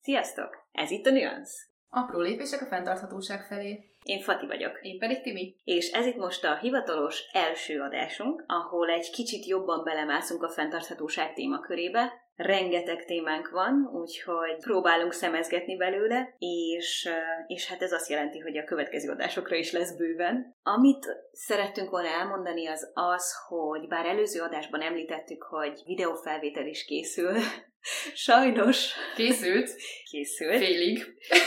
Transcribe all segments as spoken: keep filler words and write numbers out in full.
Sziasztok! Ez itt a Nuance. Apró lépések a fenntarthatóság felé. Én Fati vagyok. Én pedig Timi. És ez itt most a hivatalos első adásunk, ahol egy kicsit jobban belemászunk a fenntarthatóság témakörébe. Rengeteg témánk van, úgyhogy próbálunk szemezgetni belőle, és, és hát ez azt jelenti, hogy a következő adásokra is lesz bőven. Amit szerettünk volna elmondani az az, hogy bár előző adásban említettük, hogy videófelvétel is készül, sajnos készült, készült. félig.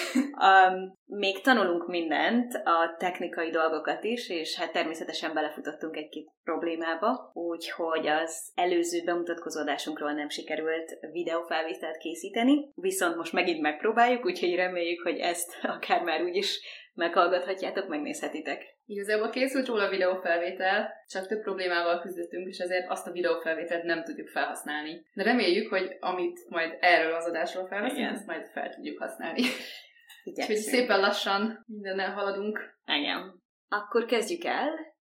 Um, még tanulunk mindent, a technikai dolgokat is, és hát természetesen belefutottunk egy-két problémába, úgyhogy az előző bemutatkozó adásunkról nem sikerült videófelvételt készíteni, viszont most megint megpróbáljuk, úgyhogy reméljük, hogy ezt akár már úgyis meghallgathatjátok, megnézhetitek. Igazából készült róla a videófelvétel, csak több problémával küzdöttünk, és ezért azt a videófelvételt nem tudjuk felhasználni. De reméljük, hogy amit majd erről az adásról felveszünk, azt majd fel tudjuk használni. Úgyhogy szépen lassan mindennel haladunk. Igen. Akkor kezdjük el,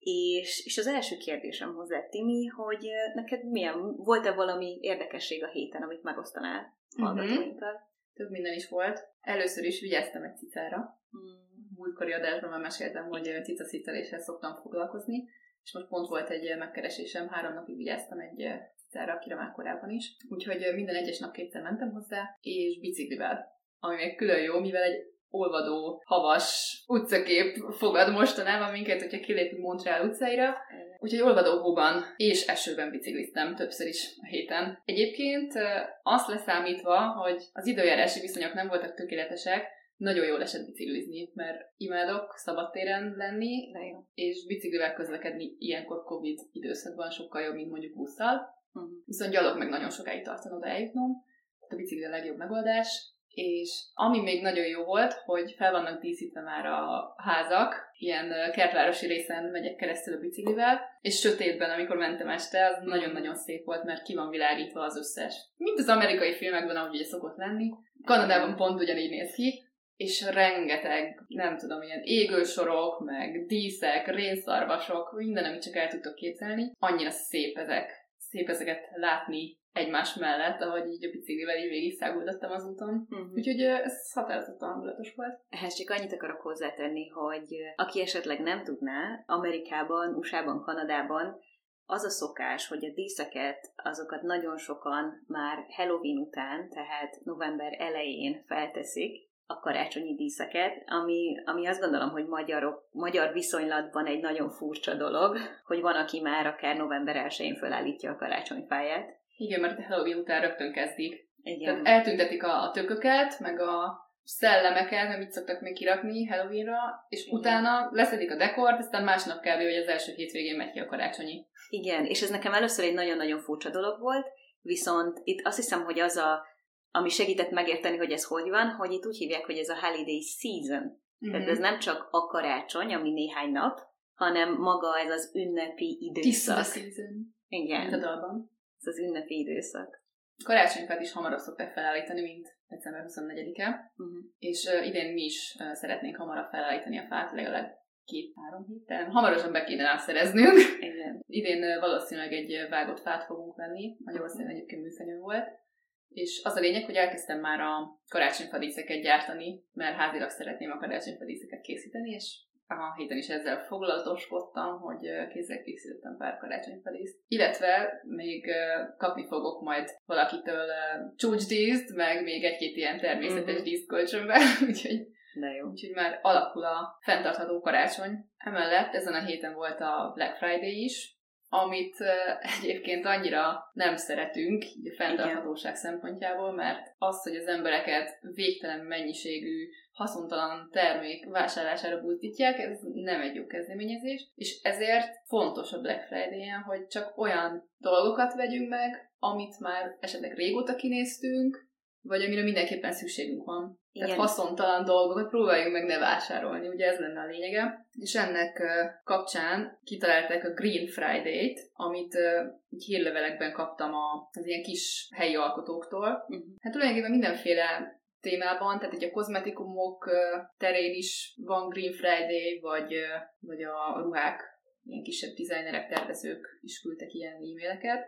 és, és az első kérdésem hozzá, Timi, hogy neked milyen, volt-e valami érdekesség a héten, amit megosztanál hallgatóinkkal? Mm-hmm. Több minden is volt. Először is vigyáztam egy cicára. Mm. Múltkori adásban már meséltem, hogy cicaszicceléshez szoktam foglalkozni, és most pont volt egy megkeresésem, három napig vigyáztam egy cicára, akire már korábban is. Úgyhogy minden egyes nap kétszer mentem hozzá, és biciklivel, ami még külön jó, mivel egy olvadó, havas utcakép fogad mostanában minket, hogyha kilépünk Montreal utcáira. Úgyhogy olvadó hóban és esőben bicikliztem többször is a héten. Egyébként azt leszámítva, hogy az időjárási viszonyok nem voltak tökéletesek, nagyon jól esett biciklizni, mert imádok szabadtéren lenni, és biciklivel közlekedni ilyenkor Covid időszakban sokkal jobb, mint mondjuk busszal. Uh-huh. Viszont gyalog meg nagyon sokáig tartana oda eljutnom, tehát a bicikli a legjobb megoldás. És ami még nagyon jó volt, hogy fel vannak díszítve már a házak, ilyen kertvárosi részen megyek keresztül a biciklivel, és sötétben, amikor mentem este, az nagyon-nagyon szép volt, mert ki van világítva az összes. Mint az amerikai filmekben, ahogy ugye szokott lenni. Kanadában pont ugyanígy néz ki, és rengeteg, nem tudom, ilyen égősorok, meg díszek, rénszarvasok, minden, amit csak el tudtok képzelni. Annyira szép ezek. Szép ezeket látni egymás mellett, ahogy így a biciklivel így végig száguldottam az úton. Uh-huh. Úgyhogy ez határozottan hangulatos volt. Ehhez csak annyit akarok hozzátenni, hogy aki esetleg nem tudná, Amerikában, u es á-ban, Kanadában az a szokás, hogy a díszeket, azokat nagyon sokan már Halloween után, tehát november elején felteszik, a karácsonyi díszeket, ami, ami azt gondolom, hogy magyarok, magyar viszonylatban egy nagyon furcsa dolog, hogy van, aki már akár november elsején felállítja a karácsonyfáját. Igen, mert a Halloween után rögtön kezdik. Igen. Tehát eltüntetik a, a tököket, meg a szellemeket, amit szoktak még kirakni Halloweenra, és igen, utána leszedik a dekort, aztán másnap kb. Hogy az első hétvégén megy ki a karácsonyi. Igen, és ez nekem először egy nagyon-nagyon furcsa dolog volt, viszont itt azt hiszem, hogy az a ami segített megérteni, hogy ez hogy van, hogy itt úgy hívják, hogy ez a holiday season. Mm-hmm. Tehát ez nem csak a karácsony, ami néhány nap, hanem maga ez az ünnepi időszak. Tis the season. Igen. A dalban. Ez az ünnepi időszak. A karácsonyfát is hamarabb szokták felállítani, mint december huszonnegyedike, uh-huh. és uh, idén mi is uh, szeretnénk hamarabb felállítani a fát, legalább két-három héten. Hamarosan be kéne szereznünk. Igen. Idén uh, valószínűleg egy vágott fát fogunk venni. Magyarországon uh-huh. egyébként műszanyag volt. És az a lényeg, hogy elkezdtem már a karácsonyfadíszeket gyártani, mert házilag szeretném a karácsonyfadíszeket készíteni, és a héten is ezzel foglalatoskodtam, hogy kézzel készítettem pár karácsonyfadíszt. Illetve még kapni fogok majd valakitől csúcsdíszt, meg még egy-két ilyen természetes mm-hmm. díszt kölcsönbe, úgyhogy, úgyhogy már alakul a fenntartható karácsony. Emellett ezen a héten volt a Black Friday is, amit uh, egyébként annyira nem szeretünk így a fenntarthatóság szempontjából, mert az, hogy az embereket végtelen mennyiségű, haszontalan termék vásárlására buzdítják, ez nem egy jó kezdeményezés, és ezért fontos a Black Friday-en, hogy csak olyan dolgokat vegyünk meg, amit már esetleg régóta kinéztünk, vagy amire mindenképpen szükségünk van. Igen. Tehát haszontalan dolgokat próbáljunk meg ne vásárolni, ugye ez lenne a lényege. És ennek uh, kapcsán kitalálták a Green Friday-t, amit uh, hírlevelekben kaptam a, az ilyen kis helyi alkotóktól. Uh-huh. Hát tulajdonképpen mindenféle témában, tehát így a kozmetikumok uh, terén is van Green Friday, vagy, uh, vagy a ruhák, ilyen kisebb designerek, tervezők is küldtek ilyen e-maileket.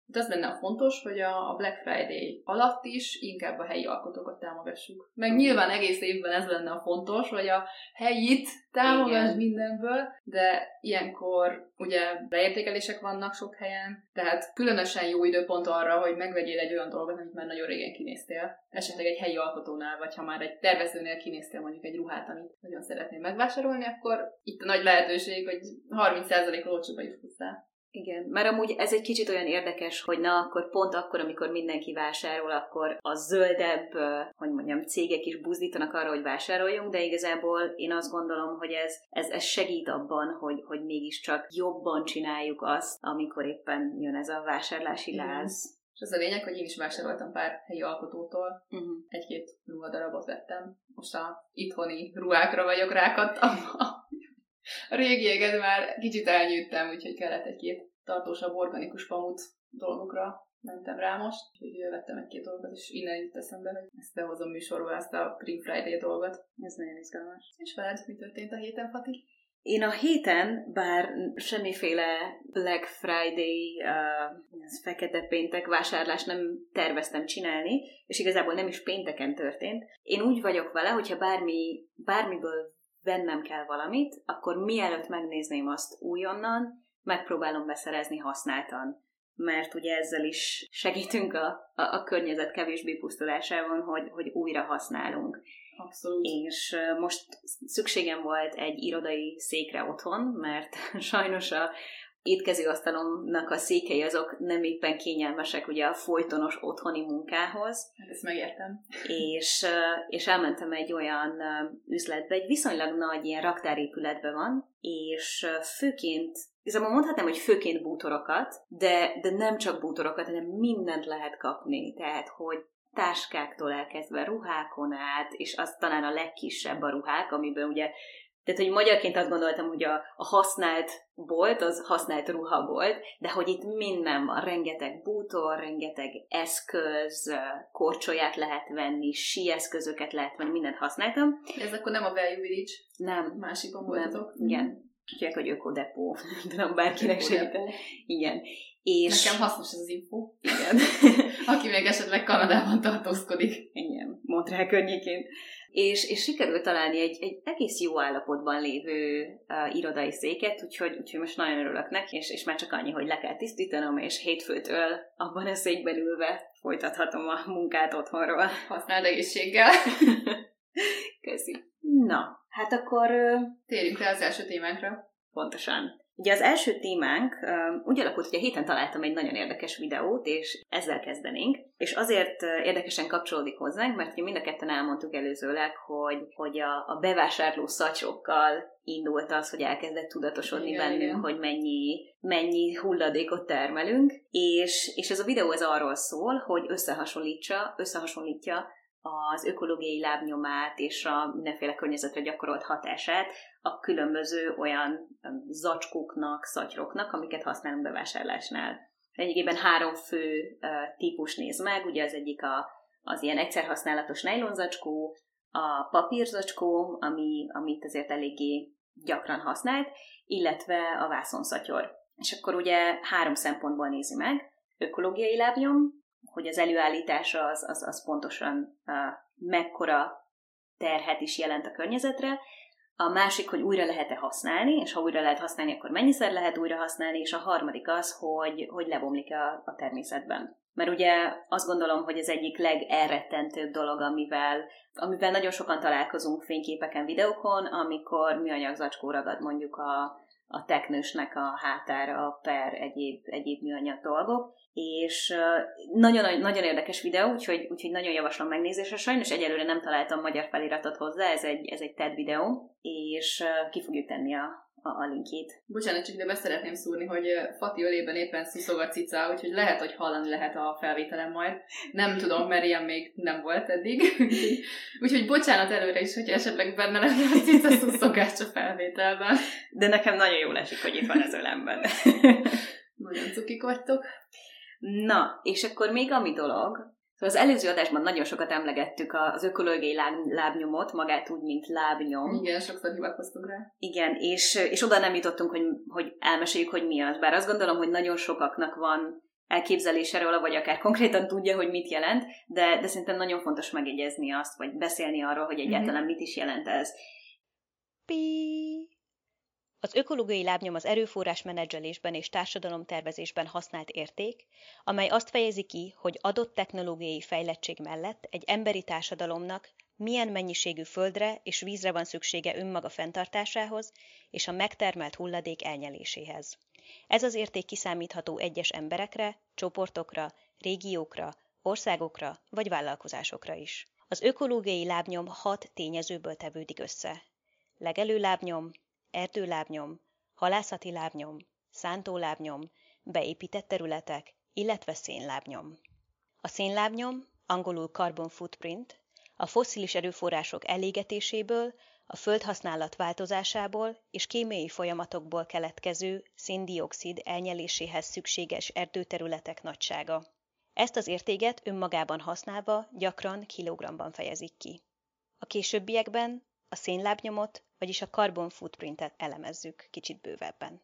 De az lenne fontos, hogy a Black Friday alatt is inkább a helyi alkotókat támogassuk. Meg nyilván egész évben ez lenne a fontos, hogy a helyit támogass mindenből, de ilyenkor ugye leértékelések vannak sok helyen, tehát különösen jó időpont arra, hogy megvegyél egy olyan dolgot, amit már nagyon régen kinéztél. Esetleg egy helyi alkotónál, vagy ha már egy tervezőnél kinéztél mondjuk egy ruhát, amit nagyon szeretnél megvásárolni, akkor itt a nagy lehetőség, hogy harminc százalékról olcsóbban jutsz el. Igen, mert amúgy ez egy kicsit olyan érdekes, hogy na, akkor pont akkor, amikor mindenki vásárol, akkor a zöldebb, hogy mondjam, cégek is buzdítanak arra, hogy vásároljunk, de igazából én azt gondolom, hogy ez, ez, ez segít abban, hogy, hogy mégiscsak jobban csináljuk azt, amikor éppen jön ez a vásárlási láz. És az a lényeg, hogy én is vásároltam pár helyi alkotótól, uh-huh. egy-két ruhadarabot vettem. Most a itthoni ruhákra vagyok rákattam. A régieket már kicsit elnyűjtem, úgyhogy kellett egy-két tartósabb organikus pamut dolgokra mentem rá most. Úgyhogy vettem egy-két dolgot, és innen jut eszembe, hogy ezt behozom műsorba, ezt a Green Friday dolgot. Ez nagyon izgalmas. És veled, mi történt a héten, Fati? Én a héten, bár semmiféle Black Friday, uh, fekete péntek vásárlást nem terveztem csinálni, és igazából nem is pénteken történt. Én úgy vagyok vele, hogyha bármi, bármiből vennem kell valamit, akkor mielőtt megnézném azt újonnan, megpróbálom beszerezni használtan. Mert ugye ezzel is segítünk a, a, a környezet kevésbé pusztulásában, hogy, hogy újra használunk. Abszolút. És most szükségem volt egy irodai székre otthon, mert sajnos a étkezőasztalomnak a székei azok nem éppen kényelmesek ugye a folytonos otthoni munkához. Hát ezt megértem. És, és elmentem egy olyan üzletbe, egy viszonylag nagy ilyen raktárépületbe van, és főként, igazából mondhatnám, hogy főként bútorokat, de, de nem csak bútorokat, hanem mindent lehet kapni. Tehát, hogy táskáktól elkezdve ruhákon át, és az talán a legkisebb a ruhák, amiben ugye, tehát, hogy magyarként azt gondoltam, hogy a, a használt bolt, az használt ruhabolt, de hogy itt minden van, rengeteg bútor, rengeteg eszköz, korcsolyát lehet venni, síeszközöket lehet venni, mindent használtam. Ez akkor nem a Value Village? Nem. Másikon voltatok? Igen. Úgyhogy, hogy ökodepó. Tudom, bárkinek segíteni. Igen. És... Nekem hasznos ez az info. Igen. Aki még esetleg Kanadában tartózkodik. Igen, Montreal környékén. És, és sikerült találni egy, egy egész jó állapotban lévő uh, irodai széket, úgyhogy, úgyhogy most nagyon örülök neki, és, és már csak annyi, hogy le kell tisztítanom, és hétfőtől abban a székben ülve folytathatom a munkát otthonról. Használd egészséggel! Köszi. Na, hát akkor... Uh, térjünk rá az első témánkra. Pontosan. Ugye az első témánk uh, úgy alakult, hogy a héten találtam egy nagyon érdekes videót, és ezzel kezdenénk. És azért uh, érdekesen kapcsolódik hozzánk, mert ugye mind a ketten elmondtuk előzőleg, hogy, hogy a, a bevásárló szacsrokkal indult az, hogy elkezdett tudatosodni igen, bennünk, igen. hogy mennyi, mennyi hulladékot termelünk. És, és ez a videó ez arról szól, hogy összehasonlítsa, összehasonlítja az ökológiai lábnyomát és a mindenféle környezetre gyakorolt hatását a különböző olyan zacskóknak, szatyroknak, amiket használunk bevásárlásnál. Lényegében három fő uh, típus néz meg, ugye az egyik a, az ilyen egyszerhasználatos nejlonzacskó, a papírzacskó, ami, amit azért eléggé gyakran használt, illetve a vászonszatyor. És akkor ugye három szempontból nézi meg, ökológiai lábnyom, hogy az előállítása az, az, az pontosan uh, mekkora terhet is jelent a környezetre. A másik, hogy újra lehet-e használni, és ha újra lehet használni, akkor mennyiszer lehet újra használni, és a harmadik az, hogy, hogy lebomlik a, a természetben. Mert ugye azt gondolom, hogy az egyik legelrettentőbb dolog, amivel, amivel nagyon sokan találkozunk fényképeken, videókon, amikor műanyag zacskó ragad mondjuk a, a teknősnek a hátára per egyéb, egyéb műanyag dolgok. És nagyon, nagyon érdekes videó, úgyhogy, úgyhogy nagyon javaslom megnézésre. Sajnos egyelőre nem találtam magyar feliratot hozzá, ez egy, ez egy TED videó, és ki fogjuk tenni a, a, a linkjét. Bocsánat, csak de be szeretném szúrni, hogy Fati ölében éppen szuszog a cica, úgyhogy lehet, hogy hallani lehet a felvételem majd. Nem tudom, mert ilyen még nem volt eddig. Úgyhogy bocsánat előre is, hogy esetleg benne lenne a cica szuszogás a felvételben. De nekem nagyon jól esik, hogy itt van az ölemben. Nagyon cukik vagytok. Na, és akkor még ami dolog, szóval az előző adásban nagyon sokat emlegettük az ökológiai láb, lábnyomot, magát úgy, mint lábnyom. Igen, sokszor hivatkoztunk rá. Igen, és, és oda nem jutottunk, hogy, hogy elmeséljük, hogy mi az. Bár azt gondolom, hogy nagyon sokaknak van elképzelése róla, vagy akár konkrétan tudja, hogy mit jelent, de, de szerintem nagyon fontos megjegyezni azt, vagy beszélni arról, hogy egyáltalán mm-hmm. mit is jelent ez. Pi. Az ökológiai lábnyom az erőforrás menedzselésben és társadalomtervezésben használt érték, amely azt fejezi ki, hogy adott technológiai fejlettség mellett egy emberi társadalomnak milyen mennyiségű földre és vízre van szüksége önmaga fenntartásához és a megtermelt hulladék elnyeléséhez. Ez az érték kiszámítható egyes emberekre, csoportokra, régiókra, országokra vagy vállalkozásokra is. Az ökológiai lábnyom hat tényezőből tevődik össze. Legelőlábnyom, erdőlábnyom, halászati lábnyom, szántólábnyom, beépített területek, illetve szénlábnyom. A szénlábnyom, angolul carbon footprint, a fosszilis erőforrások elégetéséből, a földhasználat változásából és kémiai folyamatokból keletkező szén-dioxid elnyeléséhez szükséges erdőterületek nagysága. Ezt az értéket önmagában használva gyakran kilogramban fejezik ki. A későbbiekben a szénlábnyomot, vagyis a carbon footprintet elemezzük kicsit bővebben.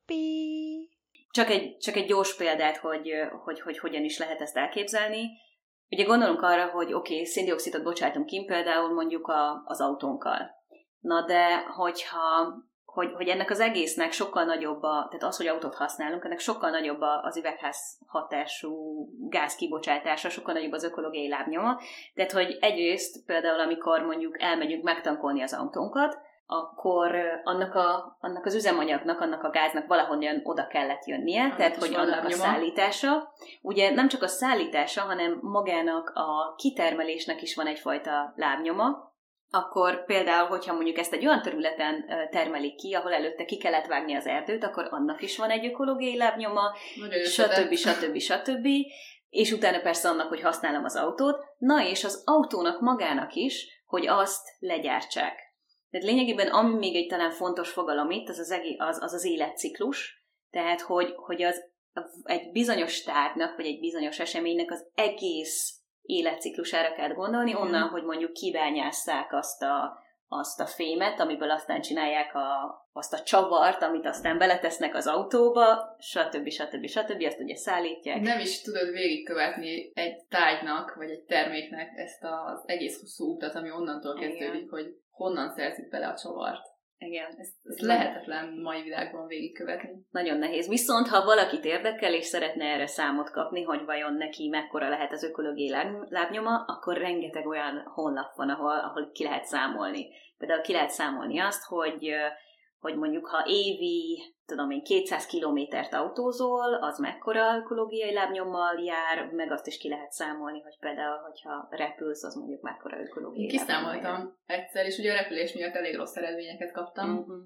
Pi. Csak egy, csak egy gyors példát, hogy, hogy, hogy hogyan is lehet ezt elképzelni. Ugye gondolunk arra, hogy oké, okay, szén-dioxidot bocsátunk ki például mondjuk a, az autónkkal. Na de, hogyha, hogy, hogy ennek az egésznek sokkal nagyobb, a, tehát az, hogy autót használunk, ennek sokkal nagyobb az üvegház hatású gáz kibocsátása, sokkal nagyobb az ökológiai lábnyoma. Tehát, hogy egyrészt például, amikor mondjuk elmegyünk megtankolni az autónkat, akkor annak, a, annak az üzemanyagnak, annak a gáznak valahonnan oda kellett jönnie, annak tehát hogy annak lábnyoma. A szállítása. Ugye nem csak a szállítása, hanem magának a kitermelésnek is van egyfajta lábnyoma. Akkor például, hogyha mondjuk ezt egy olyan területen termelik ki, ahol előtte ki kellett vágni az erdőt, akkor annak is van egy ökológiai lábnyoma, stb. stb. stb. És utána persze annak, hogy használom az autót. Na és az autónak magának is, hogy azt legyártsák. Tehát lényegében ami még egy talán fontos fogalom itt, az az, egész, az, az, az életciklus, tehát hogy, hogy az egy bizonyos tárgynak, vagy egy bizonyos eseménynek az egész életciklusára kell gondolni, onnan, hogy mondjuk kibányásszák azt a, azt a fémet, amiből aztán csinálják a, azt a csavart, amit aztán beletesznek az autóba, stb. stb. stb. Azt ugye szállítják. Nem is tudod végigkövetni egy tárgynak, vagy egy terméknek ezt az egész hosszú utat, ami onnantól kezdődik, igen. hogy honnan szerzik bele a csavart. Igen. Ez, ez lehetetlen mai világban végigkövetni. Nagyon nehéz. Viszont, ha valakit érdekel, és szeretne erre számot kapni, hogy vajon neki mekkora lehet az ökológiai lábnyoma, akkor rengeteg olyan honlap van, ahol, ahol ki lehet számolni. Például ki lehet számolni azt, hogy, hogy mondjuk, ha évi, tudom én, kétszáz kilométert autózol, az mekkora ökológiai lábnyommal jár, meg azt is ki lehet számolni, hogy például, hogyha repülsz, az mondjuk mekkora ökológiai lábnyommal jár. Kiszámoltam egyszer, és ugye a repülés miatt elég rossz eredményeket kaptam, uh-huh.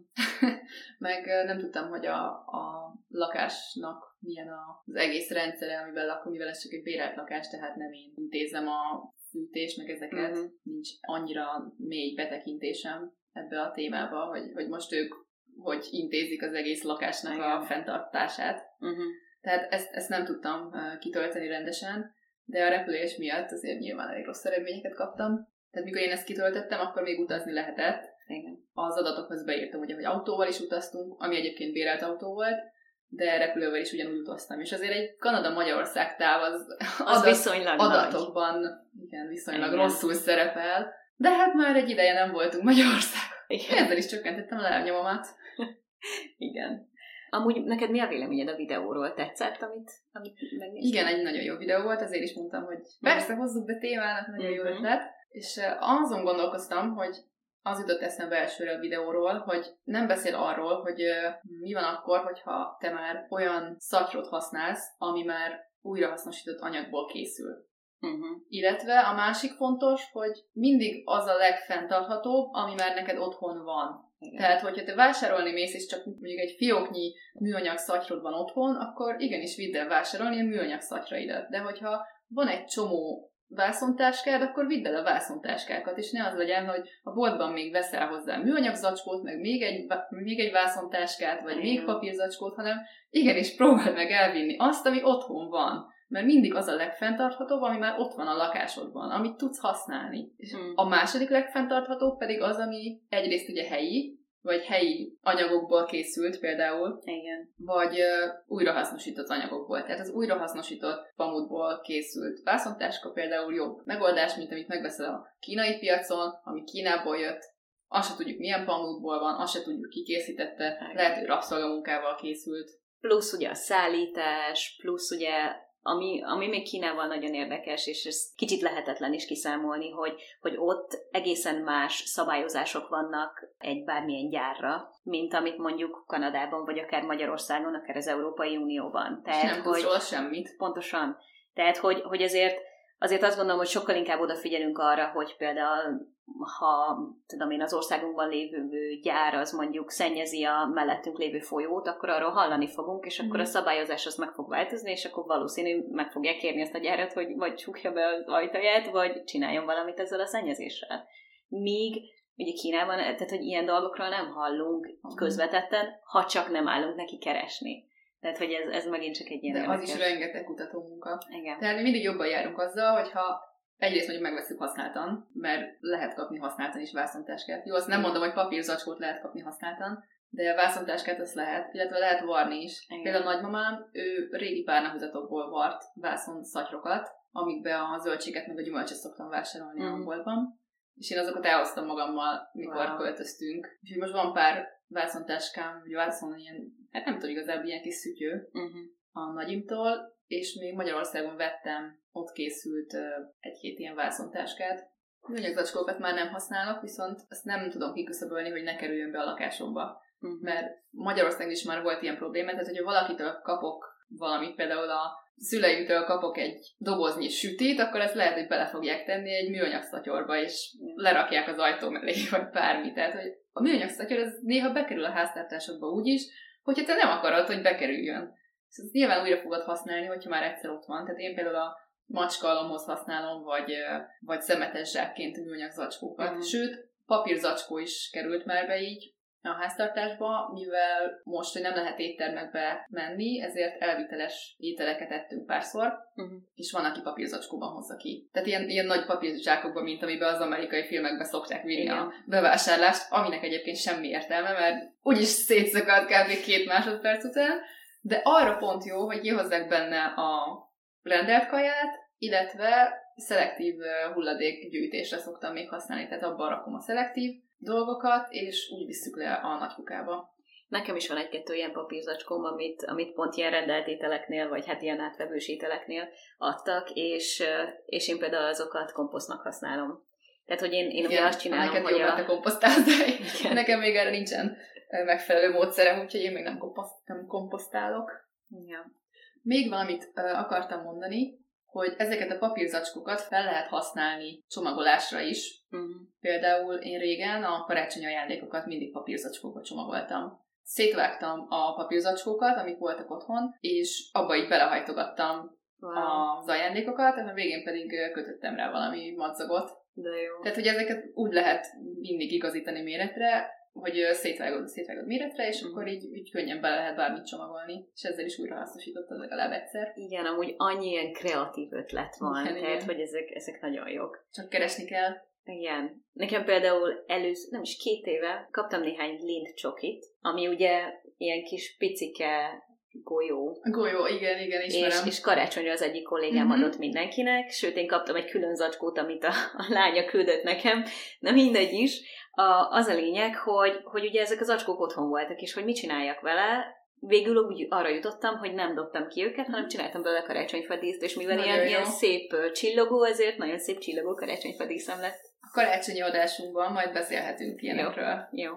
meg nem tudtam, hogy a, a lakásnak milyen az egész rendszere, amivel lakom, mivel ez csak egy bérelt lakás, tehát nem én intézem a fűtés, meg ezeket, uh-huh. nincs annyira mély betekintésem ebbe a témába, hogy, hogy most ők hogy intézik az egész lakásnak igen. a fenntartását. Uh-huh. Tehát ezt, ezt nem tudtam uh, kitölteni rendesen, de a repülés miatt azért nyilván elég rossz eredményeket kaptam. Tehát mikor én ezt kitöltöttem, akkor még utazni lehetett. Igen. Az adatokhoz beírtam, ugye, hogy autóval is utaztunk, ami egyébként bérelt autó volt, de repülővel is ugyanúgy utaztam. És azért egy Kanada-Magyarország táv az, az adat, viszonylag adatokban nagy. Igen, viszonylag igen. rosszul szerepel. De hát már egy ideje nem voltunk Magyarországon. Igen. Ezzel is csökkentettem a lábnyomomat. Igen. Amúgy neked mi a véleményed a videóról? Tetszett, amit, amit megnéztem? Igen, egy nagyon jó videó volt, azért is mondtam, hogy persze hozzuk be témának, nagyon jó ötlet. És azon gondolkoztam, hogy az jutott eszembe elsőre a videóról, hogy nem beszél arról, hogy mi van akkor, hogyha te már olyan szatyrot használsz, ami már újrahasznosított anyagból készül. Uh-huh. Illetve a másik fontos, hogy mindig az a legfenntarthatóbb, ami már neked otthon van. Igen. Tehát, hogyha te vásárolni mész, és csak mondjuk egy fióknyi műanyag szatyrod van otthon, akkor igenis vidd el vásárolni a műanyag szatyraidat. De hogyha van egy csomó vászontáskád, akkor vidd el a vászontáskákat, és ne az legyen, hogy a boltban még veszel hozzá műanyag zacskót, meg még egy, még egy vászontáskát, vagy még papírzacskót, hanem igenis próbáld meg elvinni azt, ami otthon van. Mert mindig az a legfenntarthatóbb, ami már ott van a lakásodban, amit tudsz használni. És mm. a második legfenntarthatóbb pedig az, ami egyrészt ugye helyi, vagy helyi anyagokból készült például, igen. vagy uh, újrahasznosított anyagokból. Tehát az újrahasznosított pamutból készült vászontáska például jobb megoldás, mint amit megveszel a kínai piacon, ami Kínából jött. Azt se tudjuk, milyen pamutból van, azt se tudjuk, ki készítette, igen. Lehet, hogy rabszolgamunkával készült. Plusz ugye a szállítás, plusz ugye Ami, ami még Kínával nagyon érdekes, és ez kicsit lehetetlen is kiszámolni, hogy, hogy ott egészen más szabályozások vannak egy bármilyen gyárra, mint amit mondjuk Kanadában, vagy akár Magyarországon, akár az Európai Unióban. Tehát, nem tudsz róla semmit. Pontosan. Tehát, hogy, hogy azért, azért azt gondolom, hogy sokkal inkább odafigyelünk arra, hogy például ha tudom én, az országunkban lévő gyár az mondjuk szennyezi a mellettünk lévő folyót, akkor arról hallani fogunk, és akkor a szabályozás az meg fog változni, és akkor valószínű meg fogják kérni ezt a gyárat, hogy vagy csukja be az ajtaját, vagy csináljon valamit ezzel a szennyezéssel. Míg ugye Kínában, tehát hogy ilyen dolgokról nem hallunk közvetetten, ha csak nem állunk neki keresni. Tehát, hogy ez, ez megint csak egy ilyen De érdekes. Az is rengeteg kutatómunka. Igen. Tehát mi mindig jobban járunk azzal, hogyha egyrészt mondjuk megveszünk használtan, mert lehet kapni használtan is vászontáskát. Jó, azt nem mondom, hogy papírzacskót lehet kapni használtan, de vászontáskát azt lehet, illetve lehet varni is. Igen. Például a nagymamám, ő régi párnahúzatokból vart vászonszatyrokat, amikbe a zöldséget meg a gyümölcsöt szoktam vásárolni mm. a boltban, és én azokat elhoztam magammal, mikor wow. költöztünk. És most van pár vászontáskám, vagy vászon ilyen, hát nem tudom, igazából ilyen kis szütyő uh-huh. a nagyimtól, és még Magyarországon vettem, ott készült uh, egy-két ilyen vászontáskát. Műanyagzacskókat már nem használok, viszont azt nem tudom kiküszöbölni, hogy ne kerüljön be a lakásomba. Uh-huh. Mert Magyarországon is már volt ilyen probléma, tehát hogyha valakitől kapok valamit, például a szüleimtől kapok egy doboznyi sütét, akkor ezt lehet, hogy bele fogják tenni egy műanyagszatyorba, és lerakják az ajtó mellé, vagy bármi. Tehát, hogy a műanyagszatyor az néha bekerül a háztartásokba úgy is, hogyha te nem akarod, hogy bekerüljön. És ezt nyilván újra fogod használni, hogyha már egyszer ott van. Tehát én például a macskaalomhoz használom, vagy, vagy szemetes zsákként a műanyagzacskókat. Mm. Sőt, papírzacskó is került már be így a háztartásba, mivel most, hogy nem lehet éttermekbe menni, ezért elviteles ételeket ettünk párszor, uh-huh. és van, aki papírzacskóban hozza ki. Tehát ilyen, ilyen nagy papírzsákokban, mint amiben az amerikai filmekben szokták vinni igen. a bevásárlást, aminek egyébként semmi értelme, mert úgyis szétszakad kb. Két másodperc után, de arra pont jó, hogy kihozzák benne a rendelt kaját, illetve szelektív hulladékgyűjtésre szoktam még használni, tehát abban rakom a szelektív dolgokat, és úgy visszük le a nagykukába. Nekem is van egy-kettő ilyen papírzacskóm, amit, amit pont ilyen rendelt ételeknél, vagy hát ilyen átvevős ételeknél adtak, és, és én például azokat komposztnak használom. Tehát, hogy én, én ugye azt csinálom, neked hogy jobb, a... te komposztálsz, de nekem még erre nincsen megfelelő módszerem, úgyhogy én még nem, komposzt, nem komposztálok. Ja. Még valamit uh, akartam mondani, hogy ezeket a papírzacskókat fel lehet használni csomagolásra is. Uh-huh. Például én régen a karácsonyi ajándékokat mindig papírzacskóba csomagoltam. Szétvágtam a papírzacskókat, amik voltak otthon, és abba így belehajtogattam wow. az ajándékokat, és a végén pedig kötöttem rá valami madzagot. De jó. Tehát, hogy ezeket úgy lehet mindig igazítani méretre, hogy szétvágod, szétvágod méretre, és mm. akkor így, így könnyen bele lehet bármit csomagolni, és ezzel is újra hasznosítottad legalább egyszer. Igen, amúgy annyi ilyen kreatív ötlet van, igen, tehát, igen. hogy ezek, ezek nagyon jók. Csak keresni kell. Igen. Nekem például először, nem is két éve kaptam néhány Lindt csokit, ami ugye ilyen kis picike golyó. Golyó, igen, igen, ismerem. És, és karácsonyra az egyik kollégám mm-hmm. adott mindenkinek, sőt, én kaptam egy külön zacskót, amit a, a lánya küldött nekem, na mindegy is. A, az a lényeg, hogy, hogy ugye ezek az zacskók otthon voltak, és hogy mit csináljak vele, végül úgy arra jutottam, hogy nem dobtam ki őket, hanem csináltam belőle karácsonyfadíszt, és mivel ilyen, ilyen szép csillogó, ezért nagyon szép csillogó karácsonyfadíszem lett. A karácsonyi adásunkban majd beszélhetünk ilyenekről. Jó. Jó.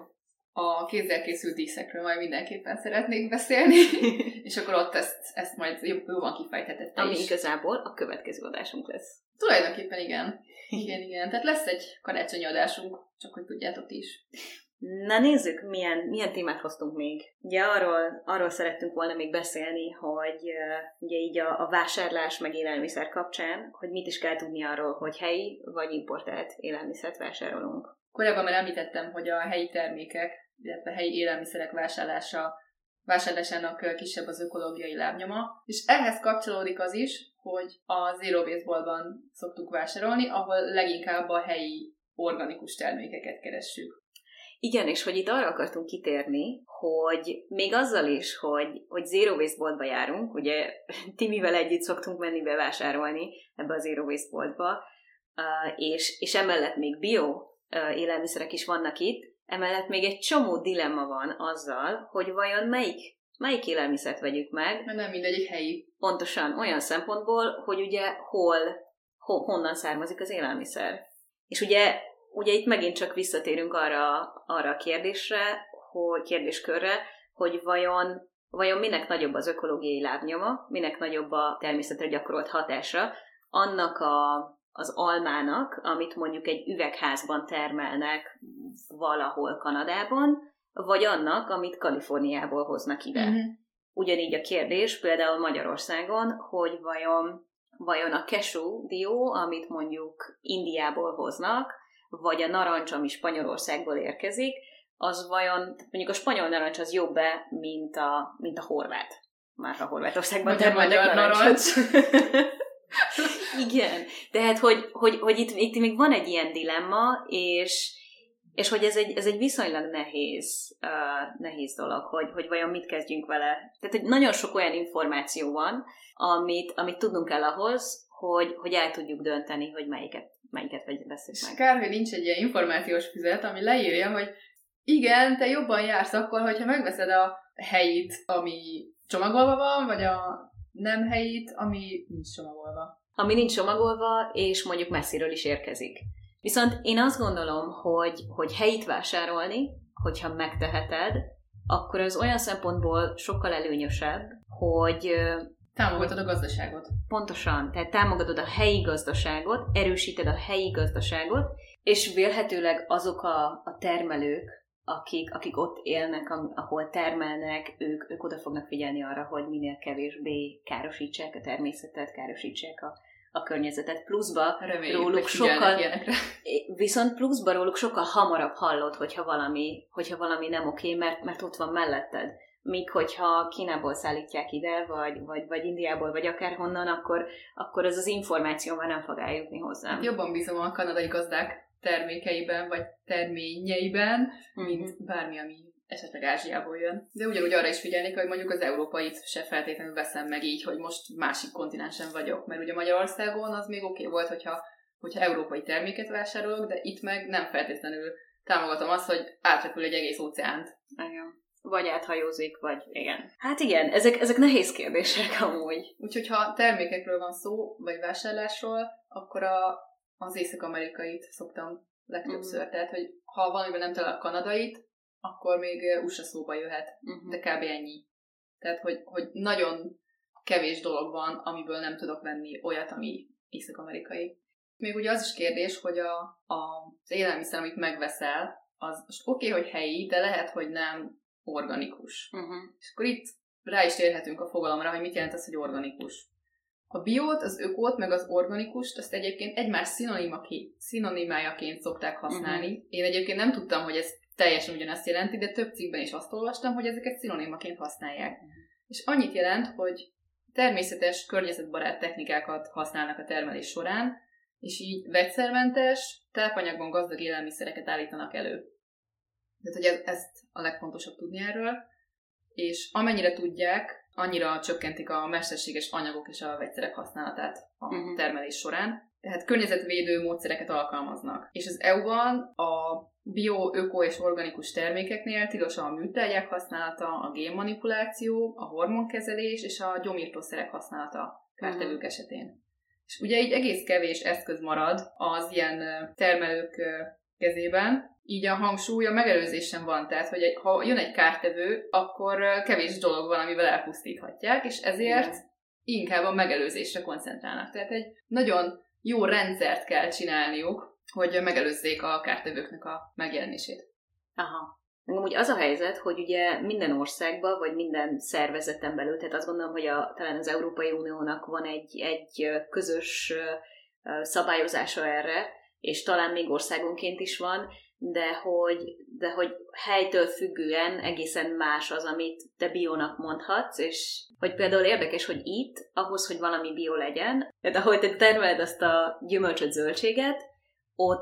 A kézzel készült díszekről majd mindenképpen szeretnék beszélni, és akkor ott ezt, ezt majd jobban kifejthetett. Ami is. Igazából a következő adásunk lesz. Tulajdonképpen igen. Igen, igen. Tehát lesz egy karácsonyi adásunk, csak hogy tudjátok is. Na nézzük, milyen, milyen témát hoztunk még. Ugye arról, arról szerettünk volna még beszélni, hogy uh, ugye így a, a vásárlás meg élelmiszer kapcsán, hogy mit is kell tudni arról, hogy helyi vagy importált élelmiszert vásárolunk. Korábban már említettem, hogy a helyi termékek, illetve helyi élelmiszerek vásárlása, vásárlásának kisebb az ökológiai lábnyoma, és ehhez kapcsolódik az is, hogy a Zero Waste boltban szoktuk vásárolni, ahol leginkább a helyi organikus termékeket keressük. Igen, és hogy itt arra akartunk kitérni, hogy még azzal is, hogy, hogy Zero Waste boltba járunk, ugye Timivel együtt szoktunk menni bevásárolni ebbe a Zero Waste boltba, és, és emellett még bio élelmiszerek is vannak itt, emellett még egy csomó dilemma van azzal, hogy vajon melyik, melyik élelmiszert vegyük meg. Mert nem mindegyik helyi. Pontosan, olyan szempontból, hogy ugye hol, ho, honnan származik az élelmiszer. És ugye, ugye itt megint csak visszatérünk arra, arra a kérdésre, hogy, kérdéskörre, hogy vajon, vajon minek nagyobb az ökológiai lábnyoma, minek nagyobb a természetre gyakorolt hatása, annak a az almának, amit mondjuk egy üvegházban termelnek valahol Kanadában, vagy annak, amit Kaliforniából hoznak ide. Uh-huh. Ugyanígy a kérdés például Magyarországon, hogy vajon, vajon a cashew dió, amit mondjuk Indiából hoznak, vagy a narancs, ami Spanyolországból érkezik, az vajon, mondjuk a spanyol narancs az jobb-e, mint a, mint a horvát. Már a Horvátországban termelnek narancsot. Igen, tehát hogy, hogy, hogy itt, itt még van egy ilyen dilemma, és, és hogy ez egy, ez egy viszonylag nehéz, uh, nehéz dolog, hogy, hogy vajon mit kezdjünk vele. Tehát, hogy nagyon sok olyan információ van, amit, amit tudnunk kell ahhoz, hogy, hogy el tudjuk dönteni, hogy melyiket, melyiket veszünk meg. Kár, hogy nincs egy ilyen információs füzet, ami leírja, hogy igen, te jobban jársz akkor, hogyha megveszed a helyit, ami csomagolva van, vagy a nem helyit, ami nincs csomagolva. Ami nincs csomagolva, és mondjuk messziről is érkezik. Viszont én azt gondolom, hogy, hogy helyit vásárolni, hogyha megteheted, akkor az olyan szempontból sokkal előnyösebb, hogy... Támogatod a gazdaságot. Pontosan, tehát támogatod a helyi gazdaságot, erősíted a helyi gazdaságot, és vélhetőleg azok a, a termelők, Akik, akik ott élnek, ahol termelnek, ők, ők oda fognak figyelni arra, hogy minél kevésbé károsítsák a természetet, károsítsák a, a környezetet. Pluszba Reméljük, róluk sokkal, viszont pluszba róluk sokkal hamarabb hallod, hogyha valami, hogyha valami nem oké, mert, mert ott van melletted. Míg hogyha Kínából szállítják ide, vagy, vagy, vagy Indiából, vagy akárhonnan, akkor, akkor ez az információ már nem fog eljutni hozzám. Hát jobban bízom a kanadai gazdák termékeiben, vagy terményeiben, mint uh-huh. bármi, ami esetleg Ázsiából jön. De ugyanúgy arra is figyelnék, hogy mondjuk az európait se feltétlenül veszem meg így, hogy most másik kontinensen vagyok. Mert ugye Magyarországon az még oké okay volt, hogyha, hogyha európai terméket vásárolok, de itt meg nem feltétlenül támogatom azt, hogy átrepül egy egész óceánt. Igen. Vagy áthajózik, vagy igen. Hát igen, ezek, ezek nehéz kérdések amúgy. Úgyhogy ha termékekről van szó, vagy vásárlásról, akkor a az észak-amerikait szoktam legtöbbször. Mm. Tehát, hogy ha valamiben nem talál kanadait, akkor még u es á szóba jöhet. Mm-hmm. De kb. Ennyi. Tehát, hogy, hogy nagyon kevés dolog van, amiből nem tudok venni olyat, ami észak-amerikai. Még ugye az is kérdés, hogy a, a, az élelmiszer, amit megveszel, az most oké, okay, hogy helyi, de lehet, hogy nem organikus. Mm-hmm. És akkor itt rá is térhetünk a fogalomra, hogy mit jelent az, hogy organikus. A biót, az ökót, meg az organikust, azt egyébként egymás szinonimájaként szokták használni. Uh-huh. Én egyébként nem tudtam, hogy ez teljesen ugyanazt jelenti, de több cikkben is azt olvastam, hogy ezeket szinonimaként használják. Uh-huh. És annyit jelent, hogy természetes, környezetbarát technikákat használnak a termelés során, és így vegyszermentes, tápanyagban gazdag élelmiszereket állítanak elő. Tehát, hogy ez, ezt a legfontosabb tudni erről. És amennyire tudják, annyira csökkentik a mesterséges anyagok és a vegyszerek használatát a uh-huh. termelés során. Tehát környezetvédő módszereket alkalmaznak. És az é u-ban a bio, öko és organikus termékeknél tilos a műtrágyák használata, a génmanipuláció, a hormonkezelés és a gyomírtószerek használata kártevők uh-huh. esetén. És ugye így egész kevés eszköz marad az ilyen termelők kezében, így a hangsúly a megelőzésen van, tehát, hogy egy, ha jön egy kártevő, akkor kevés dolog van, amivel elpusztíthatják, és ezért igen. inkább a megelőzésre koncentrálnak. Tehát egy nagyon jó rendszert kell csinálniuk, hogy megelőzzék a kártevőknek a megjelenését. Aha. Amúgy az a helyzet, hogy ugye minden országban, vagy minden szervezeten belül, tehát azt gondolom, hogy a, talán az Európai Uniónak van egy, egy közös szabályozása erre, és talán még országonként is van, de hogy, de hogy helytől függően egészen más az, amit te biónak mondhatsz, és hogy például érdekes, hogy itt, ahhoz, hogy valami bió legyen, tehát ahogy te termeled azt a gyümölcsöt, zöldséget, ott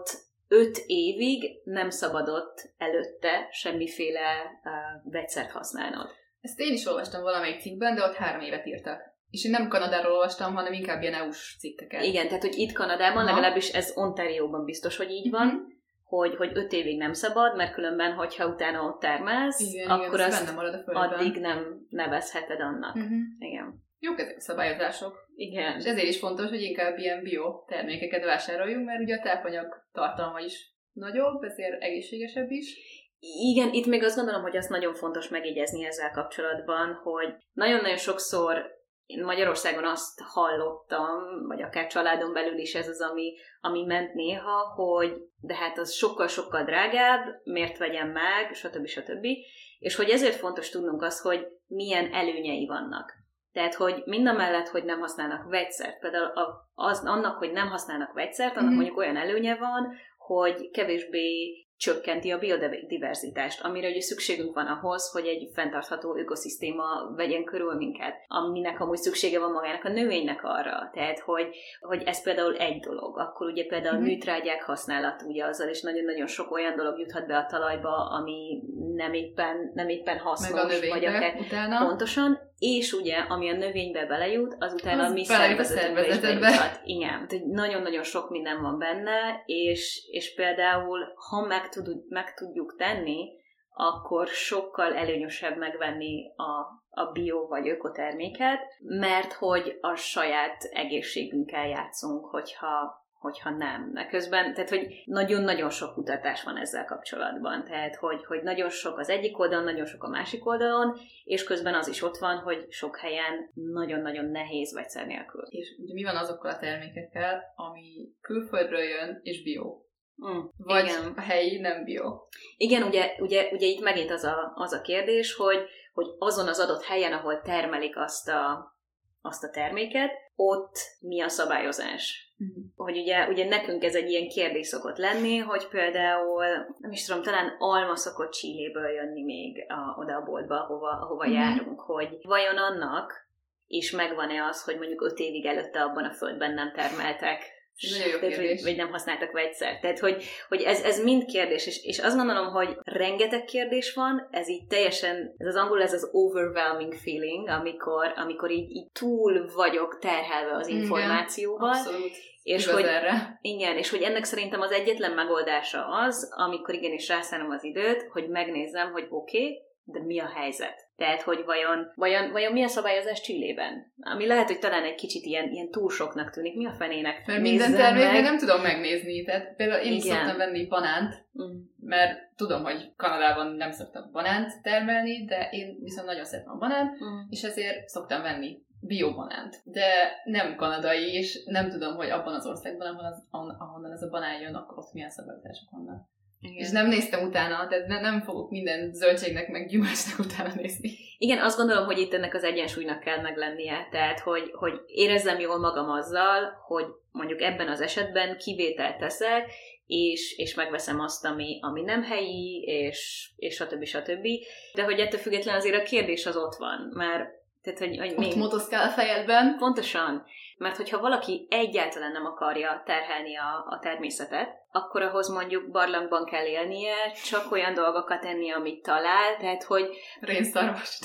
öt évig nem szabadott előtte semmiféle uh, vegyszert használnod. Ezt én is olvastam valamelyik cikkben, de ott három évet írtak. És én nem Kanadáról olvastam, hanem inkább ilyen é u-s cikkeket. Igen, tehát hogy itt Kanadában, Aha. legalábbis ez Ontarióban biztos, hogy így van, mm-hmm. hogy, hogy öt évig nem szabad, mert különben, hogyha utána ott termelsz, igen, akkor igen, azt addig nem nevezheted annak. Mm-hmm. Igen. Jók ezek a szabályozások. Igen. És ezért is fontos, hogy inkább ilyen bio termékeket vásároljunk, mert ugye a tápanyag tartalma is nagyobb, ezért egészségesebb is. Igen, itt még azt gondolom, hogy azt nagyon fontos megjegyezni ezzel kapcsolatban, hogy nagyon-nagyon sokszor én Magyarországon azt hallottam, vagy akár családon belül is ez az, ami, ami ment néha, hogy de hát az sokkal-sokkal drágább, miért vegyem meg, stb. stb. És hogy ezért fontos tudnunk azt, hogy milyen előnyei vannak. Tehát, hogy mindamellett, hogy nem használnak vegyszert, például az, annak, hogy nem használnak vegyszert, annak mm-hmm. mondjuk olyan előnye van, hogy kevésbé csökkenti a biodiverzitást, amire ugye szükségünk van ahhoz, hogy egy fenntartható ökoszisztéma vegyen körül minket, aminek amúgy szüksége van magának a növénynek arra. Tehát, hogy, hogy ez például egy dolog. Akkor ugye például mm-hmm. műtrágyák használat, ugye azzal is nagyon-nagyon sok olyan dolog juthat be a talajba, ami nem éppen, nem éppen hasznos, vagy akár utána. Pontosan, és ugye, ami a növénybe belejut, az utána az a mi szervezetünkbe is bejuthat. Igen. Tehát nagyon-nagyon sok minden van benne, és, és például, ha meg, tud, meg tudjuk tenni, akkor sokkal előnyösebb megvenni a, a bio vagy ökoterméket, mert hogy a saját egészségünkkel játszunk, hogyha hogyha nem. De közben, tehát, hogy nagyon-nagyon sok kutatás van ezzel kapcsolatban. Tehát, hogy, hogy nagyon sok az egyik oldalon, nagyon sok a másik oldalon, és közben az is ott van, hogy sok helyen nagyon-nagyon nehéz vegyszer nélkül. És ugye mi van azokkal a termékekkel, ami külföldről jön, és bio? Mm, Vagy igen. a helyi nem bio? Igen, ugye, ugye, ugye itt megint az a, az a kérdés, hogy, hogy azon az adott helyen, ahol termelik azt a, azt a terméket, ott mi a szabályozás. Uh-huh. Hogy ugye, ugye nekünk ez egy ilyen kérdés szokott lenni, hogy például, nem is tudom, talán alma szokott Chiléből jönni még a, oda a boltba, ahova, ahova uh-huh. járunk, hogy vajon annak is megvan-e az, hogy mondjuk öt évig előtte abban a földben nem termeltek, nagyon jó kérdés. vagy, vagy nem használtak vegyszert. Tehát, hogy, hogy ez, ez mind kérdés, és, és azt gondolom, hogy rengeteg kérdés van, ez így teljesen, ez az angol, ez az overwhelming feeling, amikor, amikor így, így túl vagyok terhelve az információval. Igen, abszolút. És hogy, igen, és hogy ennek szerintem az egyetlen megoldása az, amikor igenis rászánom az időt, hogy megnézzem, hogy oké, okay, de mi a helyzet? Tehát, hogy vajon, vajon, vajon mi a szabályozás Chilében? Ami lehet, hogy talán egy kicsit ilyen, ilyen túl soknak tűnik. Mi a fenének? Mert minden terméknek nem tudom megnézni. Tehát például én is szoktam venni banánt, mm. mert tudom, hogy Kanadában nem szoktak banánt termelni, de én viszont nagyon szeretem a banánt, mm. és ezért szoktam venni biobanánt. De nem kanadai, és nem tudom, hogy abban az országban, ahol az, ahonnan ez a banán jön, akkor ott milyen szabályozások vannak. Igen. És nem néztem utána, tehát ne, nem fogok minden zöldségnek meg gyümölcsnek utána nézni. Igen, azt gondolom, hogy itt ennek az egyensúlynak kell meglennie. Tehát, hogy, hogy érezzem jól magam azzal, hogy mondjuk ebben az esetben kivételt teszek, és, és megveszem azt, ami, ami nem helyi, és, és stb. stb. De hogy ettől függetlenül azért a kérdés az ott van, mert tehát, hogy, hogy ott még... motoszkál a fejedben. Pontosan. Mert hogyha valaki egyáltalán nem akarja terhelni a, a természetet, akkor ahhoz mondjuk barlangban kell élnie, csak olyan dolgokat enni, amit talál, tehát hogy... Rénszarvast.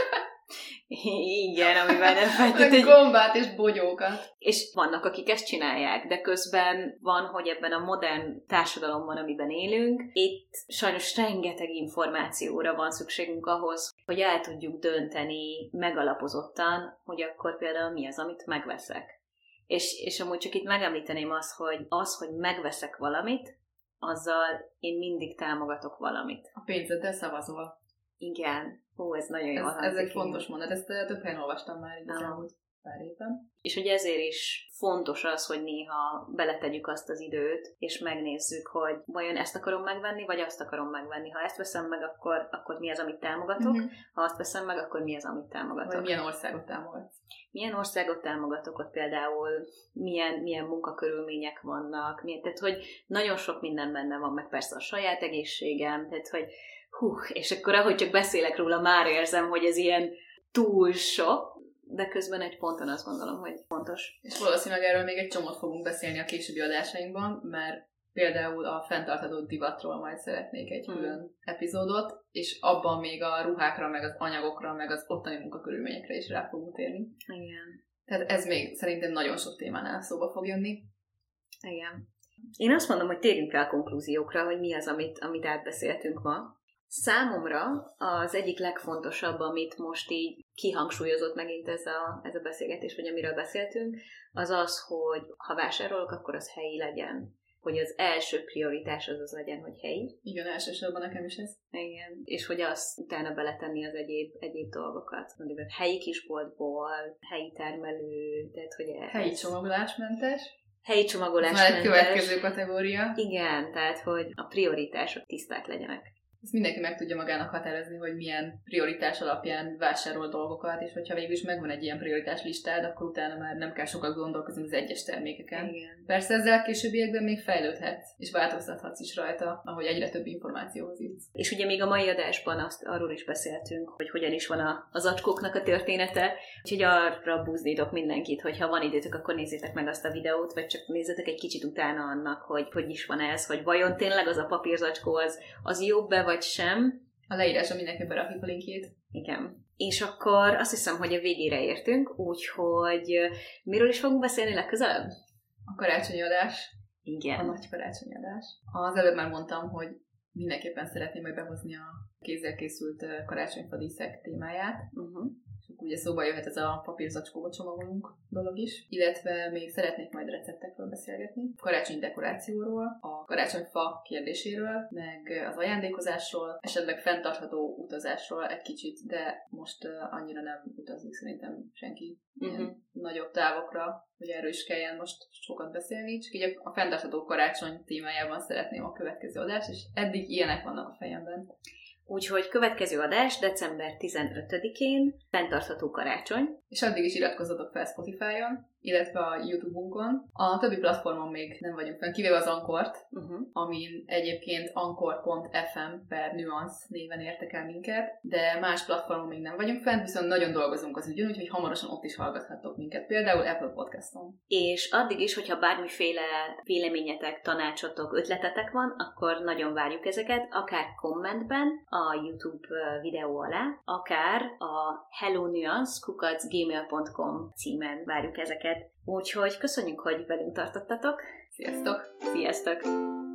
Igen, amivel nem feltétlenül... Gombát és bogyókat. És vannak, akik ezt csinálják, de közben van, hogy ebben a modern társadalomban, amiben élünk, itt sajnos rengeteg információra van szükségünk ahhoz, hogy el tudjuk dönteni megalapozottan, hogy akkor például mi az, amit megveszek. És, és amúgy csak itt megemlíteném azt, hogy az, hogy megveszek valamit, azzal én mindig támogatok valamit. A pénzeddel szavazol. Igen. Hú, ez nagyon jó. Ez, ez egy fontos mondat, ezt több helyen olvastam már így az elmúlt pár évben. És hogy ezért is fontos az, hogy néha beletegyük azt az időt, és megnézzük, hogy vajon ezt akarom megvenni, vagy azt akarom megvenni. Ha ezt veszem meg, akkor, akkor mi az, amit támogatok? Mm-hmm. Ha azt veszem meg, akkor mi az, amit támogatok? Vagy milyen országot támogatsz? Milyen országot támogatok, ott például milyen, milyen munkakörülmények vannak, milyen, tehát hogy nagyon sok minden benne van, meg persze a saját egészségem, tehát hogy hú, és akkor ahogy csak beszélek róla, már érzem, hogy ez ilyen túl sok, de közben egy ponton azt gondolom, hogy fontos. És valószínűleg erről még egy csomót fogunk beszélni a későbbi adásainkban, mert Például a fenntartható divatról majd szeretnék egy külön hmm. epizódot, és abban még a ruhákra, meg az anyagokra, meg az ottani munkakörülményekre is rá fogunk térni. Igen. Tehát ez még szerintem nagyon sok témánál szóba fog jönni. Igen. Én azt mondom, hogy térjünk rá a konklúziókra, hogy mi az, amit, amit átbeszéltünk ma. Számomra az egyik legfontosabb, amit most így kihangsúlyozott megint ez a, ez a beszélgetés, vagy amiről beszéltünk, az az, hogy ha vásárolok, akkor az helyi legyen. Hogy az első prioritás az az legyen, hogy helyi. Igen, elsősorban nekem is ez. Igen. És hogy azt utána beletenni az egyéb, egyéb dolgokat. Mondjuk helyi kisboltból, helyi termelő, tehát hogy ez... Helyi csomagolásmentes. Helyi csomagolásmentes. Ez már egy következő kategória. Igen, tehát hogy a prioritások tiszták legyenek. Ezt mindenki meg tudja magának határozni, hogy milyen prioritás alapján vásárol dolgokat, és hogyha végül is megvan egy ilyen prioritás listád, akkor utána már nem kell sokat gondolkozni az egyes termékeken. Igen. Persze ezzel későbbiekben még fejlődhetsz, és változtathatsz is rajta, ahogy egyre több információhoz jutsz. És ugye még a mai adásban azt, arról is beszéltünk, hogy hogyan is van a, az acskóknak a története, úgyhogy arra buzdítok mindenkit, hogy ha van időtök, akkor nézzétek meg azt a videót, vagy csak nézzetek egy kicsit utána annak, hogy hogy is van ez, hogy vajon tényleg az a papírzacskó az, az jobb-e, vagy sem. A leírásra mindenki berakjuk a linkjét. Igen. És akkor azt hiszem, hogy a végére értünk, úgyhogy miről is fogunk beszélni legközelebb? A karácsonyi adás. Igen. A nagy karácsonyi adás. Az előbb már mondtam, hogy mindenképpen szeretném majd behozni a kézzel készült karácsonyfadíszek témáját. Uh-huh. Ugye szóba jöhet ez a papírzacskóba csomagolunk dolog is, illetve még szeretnék majd receptekről beszélgetni, karácsonyi dekorációról, a karácsonyfa kérdéséről, meg az ajándékozásról, esetleg fenntartható utazásról egy kicsit, de most uh, annyira nem utazik szerintem senki uh-huh. nagyobb távokra, hogy erről is kelljen most sokat beszélni, csak így a, a fenntartható karácsony témájában szeretném a következő adást, és eddig ilyenek vannak a fejemben. Úgyhogy következő adás december tizenötödikén, fenntartható karácsony. És addig is iratkozzatok fel Spotify-on, illetve a YouTube-unkon. A többi platformon még nem vagyunk fenn, kivéve az Ankort, uh-huh. amin egyébként ankor pont ef em per nuance néven értek el minket, de más platformon még nem vagyunk fent, viszont nagyon dolgozunk az ügyön, úgyhogy hamarosan ott is hallgathattok minket, például Apple Podcaston. És addig is, hogyha bármiféle véleményetek, tanácsotok, ötletetek van, akkor nagyon várjuk ezeket, akár kommentben a YouTube videó alá, akár a hello nuance kukac gmail pont com címen várjuk ezeket. Úgyhogy köszönjük, hogy velünk tartottatok. Sziasztok! Sziasztok!